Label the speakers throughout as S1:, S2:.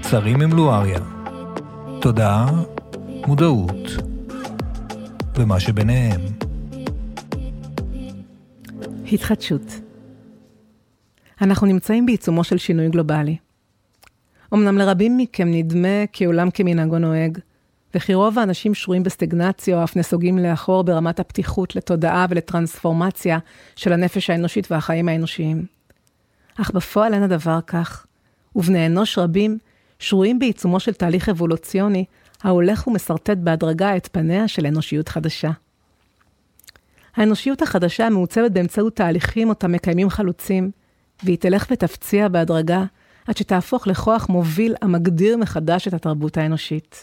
S1: צרים עם לואריה. תודעה, מודעות, ומה שביניהם.
S2: התחדשות. אנחנו נמצאים בעיצומו של שינוי גלובלי. אמנם לרבים מכם נדמה כי עולם כמנהגו נוהג, וכי רוב האנשים שרויים בסטגנציה או אף נסוגים לאחור ברמת הפתיחות לתודעה ולטרנספורמציה של הנפש האנושית והחיים האנושיים. אך בפועל אין הדבר כך, ובני אנוש רבים שרויים בעיצומו של תהליך אבולוציוני ההולך ומסרטט בהדרגה את פניה של אנושיות חדשה. האנושיות החדשה מעוצבת באמצעות תהליכים אותם מקיימים חלוצים, והיא תלך ותפציע בהדרגה עד שתהפוך לכוח מוביל המגדיר מחדש את התרבות האנושית.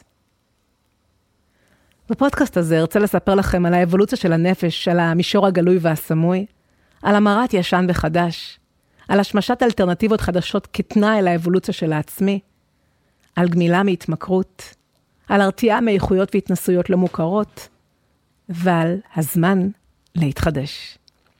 S2: בפודקאסט הזה ארצה לספר לכם על האבולוציה של הנפש, על המישור הגלוי והסמוי, על המרת ישן וחדש, על השמשת אלטרנטיבות חדשות כתנאי לאבולוציה של העצמי, על גמילה מהתמכרות, על הרתיעה מאיכויות והתנסויות לא מוכרות, ועל הזמן להתחדש.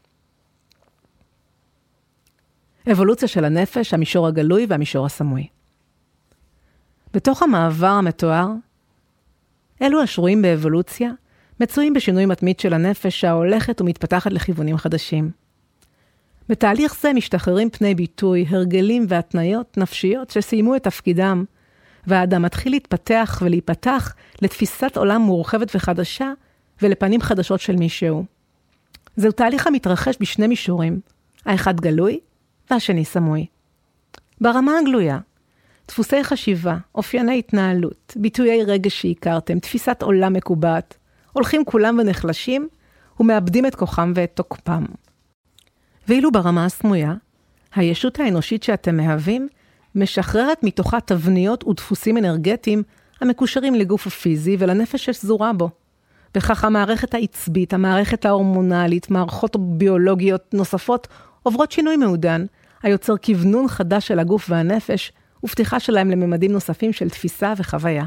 S2: אבולוציה של הנפש, המישור הגלוי והמישור הסמוי. בתוך המעבר המתואר, אלו השרויים באבולוציה מצויים בשינוי מתמיד של הנפש ההולכת ומתפתחת לכיוונים חדשים. בתהליך זה משתחררים פני ביטוי, הרגלים והתניות נפשיות שסיימו את תפקידם, והאדם מתחיל להתפתח ולהיפתח לתפיסת עולם מורחבת וחדשה ולפנים חדשות של מישהו. זהו תהליך המתרחש בשני מישורים, האחד גלוי והשני סמוי. ברמה הגלויה, דפוסי חשיבה, אופייני התנהלות, ביטויי רגש שהכרתם, תפיסת עולם מקובעת, הולכים כולם ונחלשים ומאבדים את כוחם ואת תוקפם. ואילו ברמה הסמויה, הישות האנושית שאתם מהווים משחררת מתוכה תבניות ודפוסים אנרגטיים המקושרים לגוף הפיזי ולנפש שזורה בו. וכך המערכת העצבית, המערכת ההורמונלית, מערכות ביולוגיות נוספות עוברות שינוי מעודן, היוצר כיוונון חדש של הגוף והנפש ופתיחה שלהם לממדים נוספים של תפיסה וחוויה.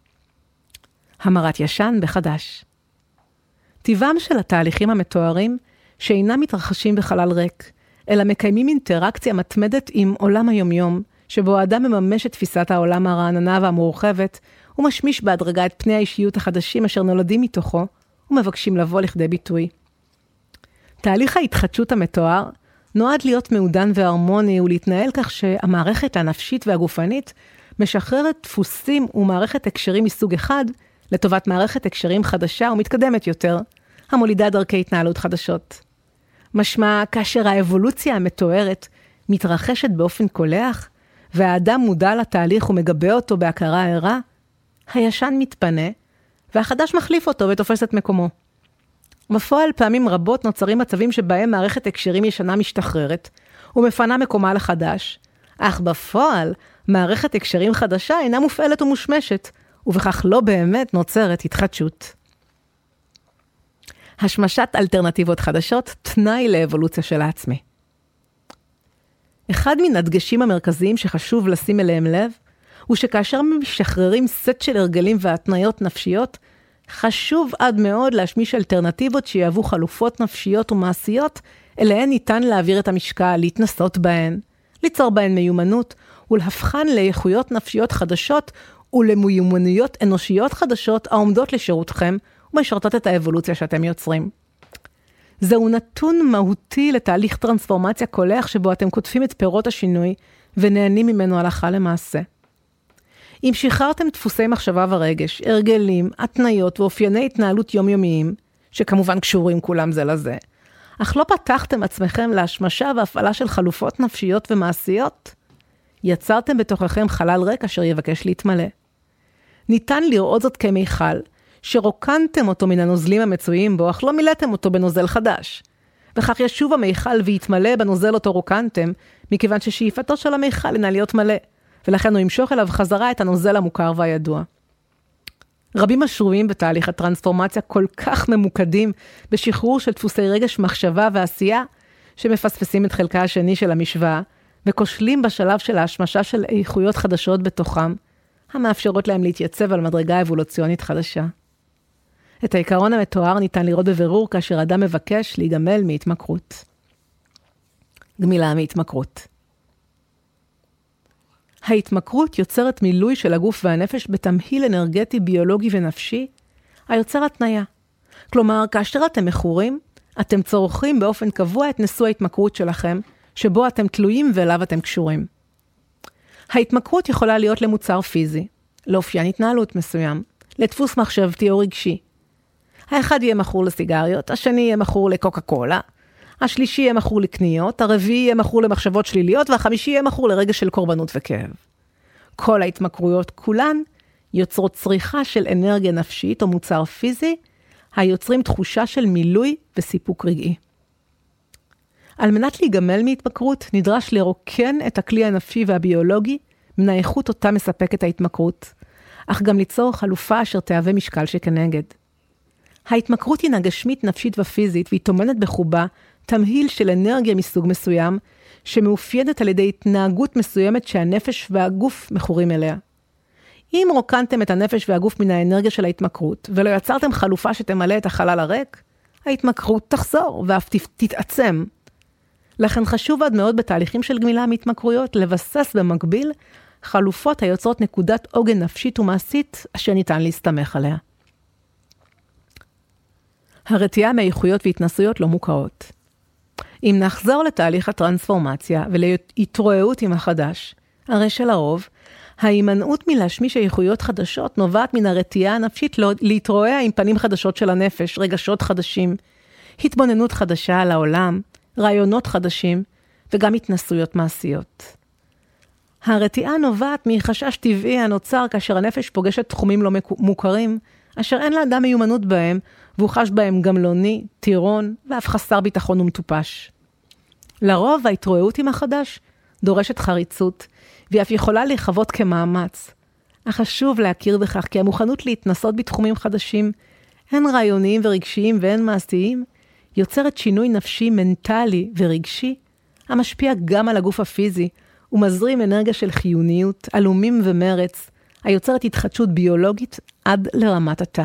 S2: המרת ישן בחדש. טבעם של התהליכים המתוארים שאינם מתרחשים בחלל ריק, אלא מקיימים אינטראקציה מתמדת עם עולם היומיום, שבו האדם מממש את תפיסת העולם הרעננה והמורחבת, ומשמיש בהדרגה את פני האישיות החדשים אשר נולדים מתוכו, ומבקשים לבוא לכדי ביטוי. תהליך ההתחדשות המתואר נועד להיות מעודן והרמוני ולהתנהל כך שהמערכת הנפשית והגופנית משחררת דפוסים ומערכת הקשרים מסוג אחד לטובת מערכת הקשרים חדשה ומתקדמת יותר, המולידה דרכי התנהלות חדשות. משמע, כאשר האבולוציה המתוארת מתרחשת באופן קולח, והאדם מודע לתהליך ומגבה אותו בהכרה ערה, הישן מתפנה, והחדש מחליף אותו ותופס את מקומו. בפועל פעמים רבות נוצרים מצבים שבהם מערכת הקשרים ישנה משתחררת, ומפנה מקומה לחדש, אך בפועל מערכת הקשרים חדשה אינה מופעלת ומושמשת, ובכך לא באמת נוצרת התחדשות. השמשת אלטרנטיבות חדשות, תנאי לאבולוציה של העצמי. אחד מן הדגשים המרכזיים שחשוב לשים אליהם לב, הוא שכאשר משחררים סט של הרגלים והתניות נפשיות, חשוב עד מאוד להשמיש אלטרנטיבות שיהוו חלופות נפשיות ומעשיות, אליהן ניתן להעביר את המשקל, להתנסות בהן, ליצור בהן מיומנות, ולהפכן לאיכויות נפשיות חדשות, ולמיומנויות אנושיות חדשות העומדות לשירותכם, ומשרתות את האבולוציה שאתם יוצרים. זהו נתון מהותי לתהליך טרנספורמציה קולח, שבו אתם כותפים את פירות השינוי, ונהנים ממנו הלכה למעשה. אם שחררתם דפוסי מחשבה ורגש, הרגלים, התניות ואופייני התנהלות יומיומיים, שכמובן קשורים כולם זה לזה, אך לא פתחתם עצמכם להשמשה והפעלה של חלופות נפשיות ומעשיות, יצרתם בתוככם חלל ריק אשר יבקש להתמלא. ניתן לראות זאת כמיכל, שרוקנתם אותו מן הנוזלים המצויים בו, אך לא מילאתם אותו בנוזל חדש. וכך ישוב המיכל ויתמלא בנוזל אותו רוקנתם, מכיוון ששאיפתו של המיכל אינה להיות מלא, ולכן הוא ימשוך אליו חזרה את הנוזל המוכר והידוע. רבים השרויים בתהליך הטרנספורמציה כל כך ממוקדים בשחרור של דפוסי רגש, מחשבה ועשייה, שמפספסים את חלקה השני של המשוואה, וכושלים בשלב של ההשמשה של איכויות חדשות בתוכם, המאפשרות להם להתייצב על מדרגה אבולוציונית חדשה. את העיקרון המתואר ניתן לראות בבירור כאשר אדם מבקש להיגמל מהתמכרות. גמילה מהתמכרות. ההתמכרות יוצרת מילוי של הגוף והנפש בתמהיל אנרגטי, ביולוגי ונפשי, היוצר התניה. כלומר, כאשר אתם מכורים, אתם צורכים באופן קבוע את נשוא ההתמכרות שלכם, שבו אתם תלויים ואליו אתם קשורים. ההתמכרות יכולה להיות למוצר פיזי, לאופיין התנהלות מסוים, לדפוס מחשבתי או רגשי. האחד יהיה מכור לסיגריות, השני יהיה מכור לקוקה קולה, השלישי יהיה מכור לקניות, הרביעי יהיה מכור למחשבות שליליות, והחמישי יהיה מכור לרגש של קורבנות וכאב. כל ההתמכרויות כולן יוצרות צריכה של אנרגיה נפשית או מוצר פיזי, היוצרים תחושה של מילוי וסיפוק רגעי. על מנת להיגמל מהתמכרות, נדרש לרוקן את הכלי הנפשי והביולוגי מן האיכות אותה מספקת ההתמכרות, אך גם ליצור חלופה אשר תהווה משקל שכנגד. ההתמכרות היא גשמית, נפשית ופיזית, והיא טומנת בחובה תמהיל של אנרגיה מסוג מסוים, שמאופיינת על ידי התנהגות מסוימת שהנפש והגוף מכורים אליה. אם רוקנתם את הנפש והגוף מן האנרגיה של ההתמכרות, ולא יצרתם חלופה שתמלא את החלל הריק, ההתמכרות תחזור ואף תתעצם. לכן חשוב עד מאוד בתהליכים של גמילה מהתמכרויות, לבסס במקביל חלופות היוצרות נקודת עוגן נפשית ומעשית, אשר ניתן להסתמך עליה. הרתיעה מאיכויות והתנסויות לא מוכרות. אם נחזור לתהליך הטרנספורמציה ולהתרועעות עם החדש, הרי שלרוב, ההימנעות מלהשמיש איכויות חדשות נובעת מן הרתיעה הנפשית להתרועע עם פנים חדשות של הנפש, רגשות חדשים, התבוננות חדשה על העולם, רעיונות חדשים וגם התנסויות מעשיות. הרתיעה נובעת מחשש טבעי הנוצר כאשר הנפש פוגשת תחומים לא מוכרים, אשר אין לאדם מיומנות בהם, והוא חש בהם גמלוני, טירון ואף חסר ביטחון ומטופש. לרוב ההתרועעות עם החדש דורשת חריצות, והיא אף יכולה להיחוות כמאמץ. אך חשוב להכיר בכך כי המוכנות להתנסות בתחומים חדשים, הן רעיוניים ורגשיים והן מעשיים, יוצרת שינוי נפשי, מנטלי ורגשי, המשפיע גם על הגוף הפיזי, ומזרים אנרגיה של חיוניות, אלומים ומרץ, היוצרת התחדשות ביולוגית עד לרמת התא.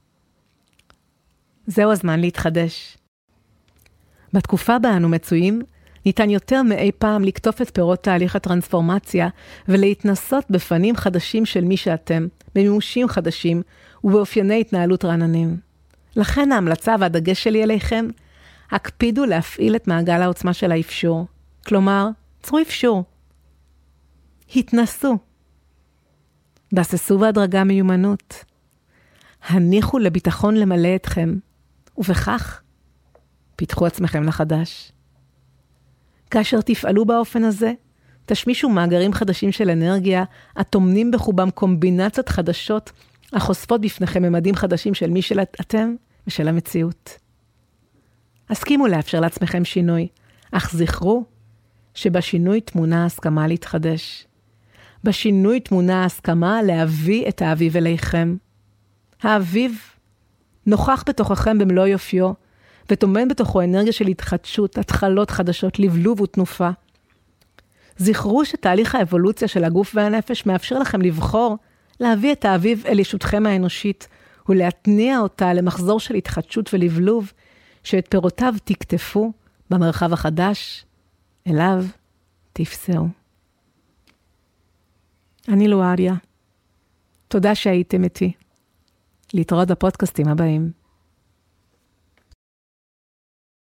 S2: זהו הזמן להתחדש. בתקופה בה אנו מצויים, ניתן יותר מאי פעם לקטוף את פירות תהליך הטרנספורמציה, ולהתנסות בפנים חדשים של מי שאתם, במימושים חדשים, ובאופייני התנהלות רעננים. לכן ההמלצה והדגש שלי אליכם, הקפידו להפעיל את מעגל העוצמה של האפשור. כלומר, צרו אפשור. התנסו. בססו בהדרגה מיומנות. הניחו לביטחון למלא אתכם, ובכך פיתחו עצמכם לחדש. כאשר תפעלו באופן הזה, תשמישו מאגרים חדשים של אנרגיה, התומנים בחובם קומבינציות חדשות, החושפות בפניכם ממדים חדשים של מי שאתם ושל המציאות. הסכימו לאפשר לעצמכם שינוי, אך זכרו שבשינוי תמונה ההסכמה להתחדש. בשינוי תמונה ההסכמה להביא את האביב אליכם. האביב נוכח בתוככם במלוא יופיו, וטומן בתוכו אנרגיה של התחדשות, התחלות חדשות, לבלוב ותנופה. זכרו שתהליך האבולוציה של הגוף והנפש מאפשר לכם לבחור להביא את האביב אל ישותכם האנושית, ולהתניע אותה למחזור של התחדשות ולבלוב, שאת פירותיו תקטפו במרחב החדש, אליו תפסעו. אני לואריה. תודה שהייתם איתי. להתראות בפודקאסטים הבאים.